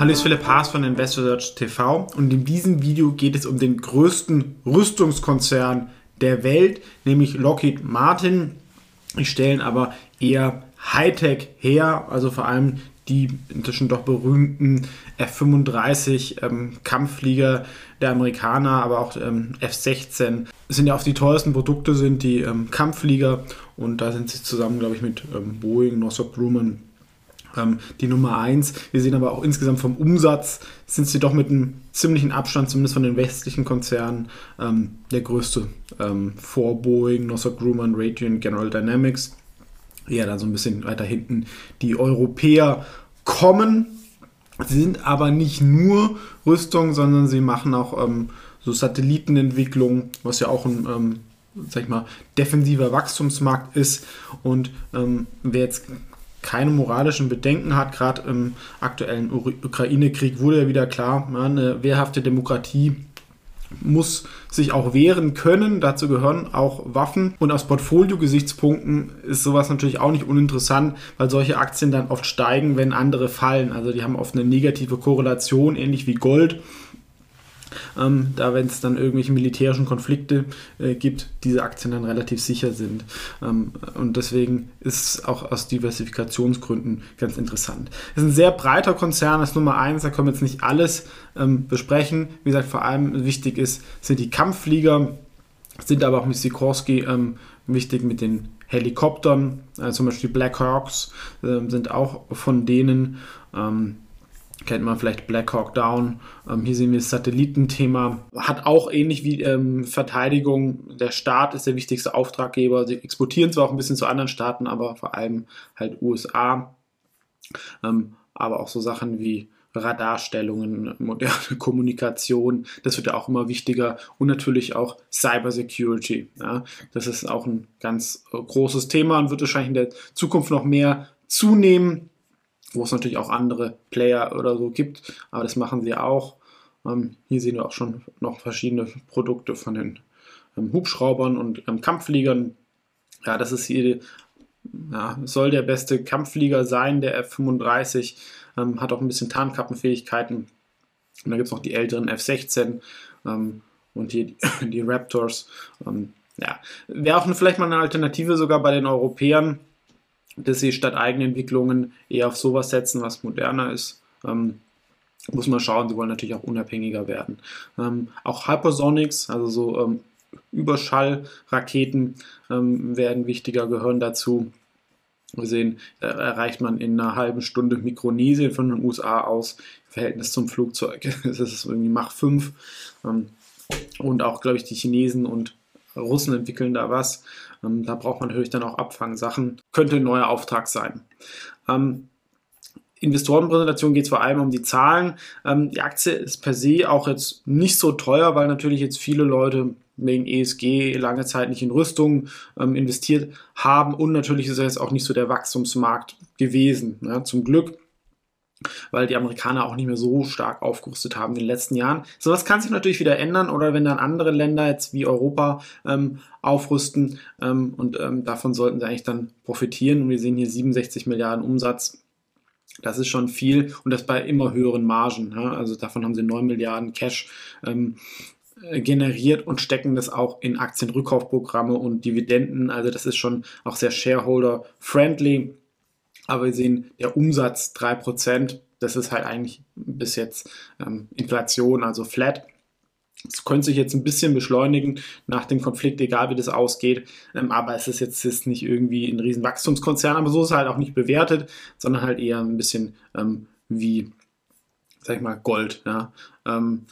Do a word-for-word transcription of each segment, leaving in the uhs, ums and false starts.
Hallo, ich bin Philipp Haas von Investor Search T V und in diesem Video geht es um den größten Rüstungskonzern der Welt, nämlich Lockheed Martin. Die stellen aber eher Hightech her, also vor allem die inzwischen doch berühmten F fünfunddreißig ähm, Kampfflieger der Amerikaner, aber auch ähm, F sechzehn. Das sind ja auch die teuersten Produkte, sind die ähm, Kampfflieger, und da sind sie zusammen, glaube ich, mit ähm, Boeing, Northrop Grumman ähm, die Nummer eins. Wir sehen aber auch insgesamt vom Umsatz sind sie doch mit einem ziemlichen Abstand, zumindest von den westlichen Konzernen, ähm, der größte ähm, vor Boeing, Northrop Grumman, Raytheon, General Dynamics. Ja, da so ein bisschen weiter hinten die Europäer kommen. Sie sind aber nicht nur Rüstung, sondern sie machen auch ähm, so Satellitenentwicklung, was ja auch ein ähm, sag ich mal, defensiver Wachstumsmarkt ist. Und ähm, wer jetzt keine moralischen Bedenken hat, gerade im aktuellen Ukraine-Krieg wurde ja wieder klar, ja, eine wehrhafte Demokratie muss sich auch wehren können, dazu gehören auch Waffen, und aus Portfolio-Gesichtspunkten ist sowas natürlich auch nicht uninteressant, weil solche Aktien dann oft steigen, wenn andere fallen, also die haben oft eine negative Korrelation, ähnlich wie Gold. Ähm, da, wenn es dann irgendwelche militärischen Konflikte äh, gibt, diese Aktien dann relativ sicher sind. Ähm, und deswegen ist es auch aus Diversifikationsgründen ganz interessant. Es ist ein sehr breiter Konzern, das ist Nummer eins, da können wir jetzt nicht alles ähm, besprechen. Wie gesagt, vor allem wichtig ist, sind die Kampfflieger, sind aber auch mit Sikorsky ähm, wichtig mit den Helikoptern, äh, zum Beispiel Black Hawks äh, sind auch von denen. Ähm, Kennt man vielleicht Black Hawk Down. Ähm, hier sehen wir das Satellitenthema. Hat auch ähnlich wie ähm, Verteidigung. Der Staat ist der wichtigste Auftraggeber. Sie exportieren zwar auch ein bisschen zu anderen Staaten, aber vor allem halt U S A. Ähm, aber auch so Sachen wie Radarstellungen, moderne Kommunikation. Das wird ja auch immer wichtiger. Und natürlich auch Cybersecurity. Ja, das ist auch ein ganz äh, großes Thema und wird wahrscheinlich in der Zukunft noch mehr zunehmen, wo es natürlich auch andere Player oder so gibt, aber das machen sie auch. Ähm, hier sehen wir auch schon noch verschiedene Produkte von den ähm, Hubschraubern und ähm, Kampffliegern. Ja, das ist hier, ja, soll der beste Kampfflieger sein, der F fünfunddreißig, ähm, hat auch ein bisschen Tarnkappenfähigkeiten. Und dann gibt es noch die älteren F sechzehn ähm, und hier die, die Raptors. Ähm, ja, wäre auch vielleicht mal eine Alternative sogar bei den Europäern, dass sie statt Eigenentwicklungen eher auf sowas setzen, was moderner ist. Ähm, muss man schauen, sie wollen natürlich auch unabhängiger werden. Ähm, auch Hypersonics, also so ähm, Überschallraketen ähm, werden wichtiger, gehören dazu. Wir sehen, äh, erreicht man in einer halben Stunde Mikronesien von den U S A aus, im Verhältnis zum Flugzeug. Das ist irgendwie Mach fünf. Ähm, und auch, glaube ich, die Chinesen und Russen entwickeln da was. Ähm, da braucht man natürlich dann auch Abfangsachen. Könnte ein neuer Auftrag sein. Ähm, Investorenpräsentation geht es vor allem um die Zahlen. Ähm, die Aktie ist per se auch jetzt nicht so teuer, weil natürlich jetzt viele Leute wegen E S G lange Zeit nicht in Rüstung ähm, investiert haben, und natürlich ist es jetzt auch nicht so der Wachstumsmarkt gewesen. Ja, zum Glück, weil die Amerikaner auch nicht mehr so stark aufgerüstet haben in den letzten Jahren. Sowas kann sich natürlich wieder ändern, oder wenn dann andere Länder jetzt wie Europa ähm, aufrüsten, ähm, und ähm, davon sollten sie eigentlich dann profitieren. Und wir sehen hier siebenundsechzig Milliarden Umsatz. Das ist schon viel, und das bei immer höheren Margen. Ja? Also davon haben sie neun Milliarden Cash ähm, generiert und stecken das auch in Aktienrückkaufprogramme und Dividenden. Also das ist schon auch sehr shareholder-friendly. Aber wir sehen, der Umsatz drei Prozent, das ist halt eigentlich bis jetzt ähm, Inflation, also flat. Es könnte sich jetzt ein bisschen beschleunigen nach dem Konflikt, egal wie das ausgeht. Ähm, aber es ist jetzt ist nicht irgendwie ein riesen Wachstumskonzern, aber so ist es halt auch nicht bewertet, sondern halt eher ein bisschen ähm, wie, sag ich mal, Gold. Ja. Ähm,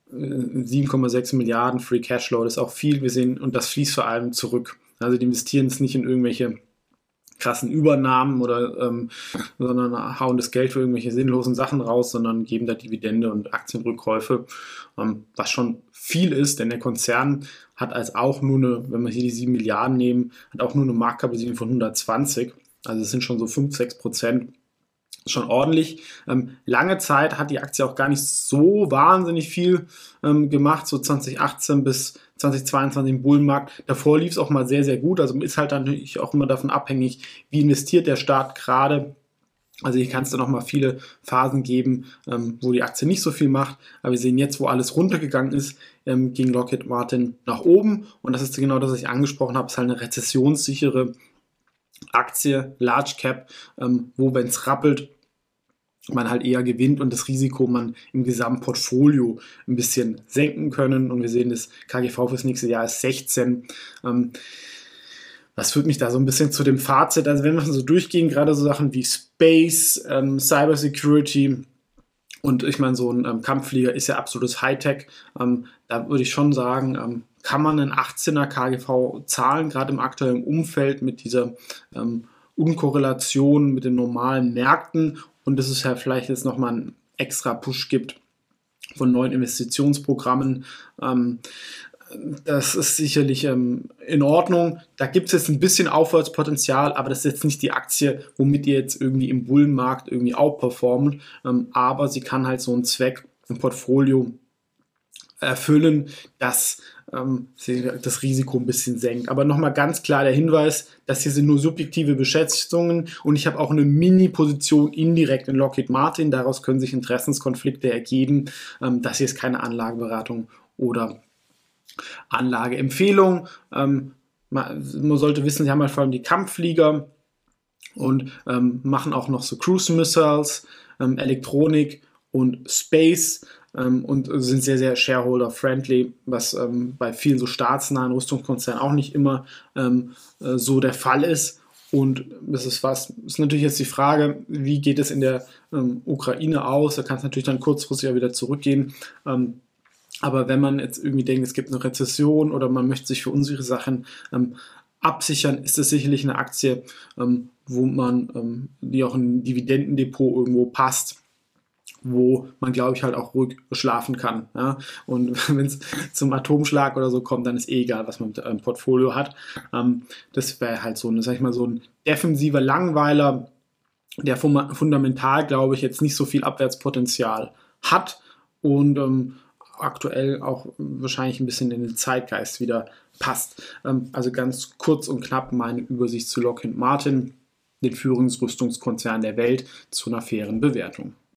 sieben Komma sechs Milliarden Free Cashflow, das ist auch viel. Wir sehen, und das fließt vor allem zurück. Also die investieren es nicht in irgendwelche krassen Übernahmen oder ähm, sondern hauen das Geld für irgendwelche sinnlosen Sachen raus, sondern geben da Dividende und Aktienrückkäufe, ähm, was schon viel ist, denn der Konzern hat als auch nur eine, wenn wir hier die sieben Milliarden nehmen, hat auch nur eine Marktkapitalisierung von hundertzwanzig, also es sind schon so fünf, sechs Prozent, schon ordentlich. Ähm, lange Zeit hat die Aktie auch gar nicht so wahnsinnig viel ähm, gemacht, so zwanzig achtzehn bis zwanzig zweiundzwanzig im Bullenmarkt. Davor lief es auch mal sehr, sehr gut. Also ist halt natürlich auch immer davon abhängig, wie investiert der Staat gerade Also hier kann es dann noch mal viele Phasen geben, ähm, wo die Aktie nicht so viel macht. Aber wir sehen jetzt, wo alles runtergegangen ist, ähm, ging Lockheed Martin nach oben. Und das ist genau das, was ich angesprochen habe, ist halt eine rezessionssichere Aktie, Large Cap, ähm, wo, wenn es rappelt, man halt eher gewinnt und das Risiko man im Gesamtportfolio ein bisschen senken können. Und wir sehen, das K G V fürs nächste Jahr ist sechzehn. Ähm, Was führt mich da so ein bisschen zu dem Fazit? Also wenn wir so durchgehen, gerade so Sachen wie Space, ähm, Cybersecurity und ich meine, so ein ähm, Kampfflieger ist ja absolutes Hightech. Ähm, da würde ich schon sagen, ähm, kann man einen achtzehner K G V zahlen, gerade im aktuellen Umfeld mit dieser ähm, Unkorrelation mit den normalen Märkten und dass es ja vielleicht jetzt nochmal einen extra Push gibt von neuen Investitionsprogrammen. Ähm, Das ist sicherlich ähm, in Ordnung. Da gibt es jetzt ein bisschen Aufwärtspotenzial, aber das ist jetzt nicht die Aktie, womit ihr jetzt irgendwie im Bullenmarkt irgendwie outperformt. Ähm, aber sie kann halt so einen Zweck im Portfolio erfüllen, dass ähm, sie das Risiko ein bisschen senkt. Aber nochmal ganz klar der Hinweis, das hier sind nur subjektive Schätzungen und ich habe auch eine Mini-Position indirekt in Lockheed Martin. Daraus können sich Interessenskonflikte ergeben. Ähm, das hier ist keine Anlageberatung oder Anlageempfehlung. Ähm, man, man sollte wissen, sie haben halt vor allem die Kampfflieger und ähm, machen auch noch so Cruise Missiles, ähm, Elektronik und Space ähm, und sind sehr, sehr shareholder-friendly, was ähm, bei vielen so staatsnahen Rüstungskonzernen auch nicht immer ähm, äh, so der Fall ist. Und das ist was, ist natürlich jetzt die Frage, wie geht es in der ähm, Ukraine aus? Da kann es natürlich dann kurzfristig auch wieder zurückgehen. Ähm, aber wenn man jetzt irgendwie denkt, es gibt eine Rezession oder man möchte sich für unsere Sachen ähm, absichern, ist das sicherlich eine Aktie, ähm, wo man, ähm, die auch in ein Dividendendepot irgendwo passt, wo man, glaube ich, halt auch ruhig schlafen kann. Ja? Und wenn es zum Atomschlag oder so kommt, dann ist eh egal, was man im ähm, Portfolio hat. Ähm, das wäre halt so, eine, sag ich mal, so ein defensiver Langweiler, der fun fundamental, glaube ich, jetzt nicht so viel Abwärtspotenzial hat und ähm, aktuell auch wahrscheinlich ein bisschen in den Zeitgeist wieder passt. Ähm, also ganz kurz und knapp meine Übersicht zu Lockheed Martin, den Führungsrüstungskonzern der Welt, zu einer fairen Bewertung.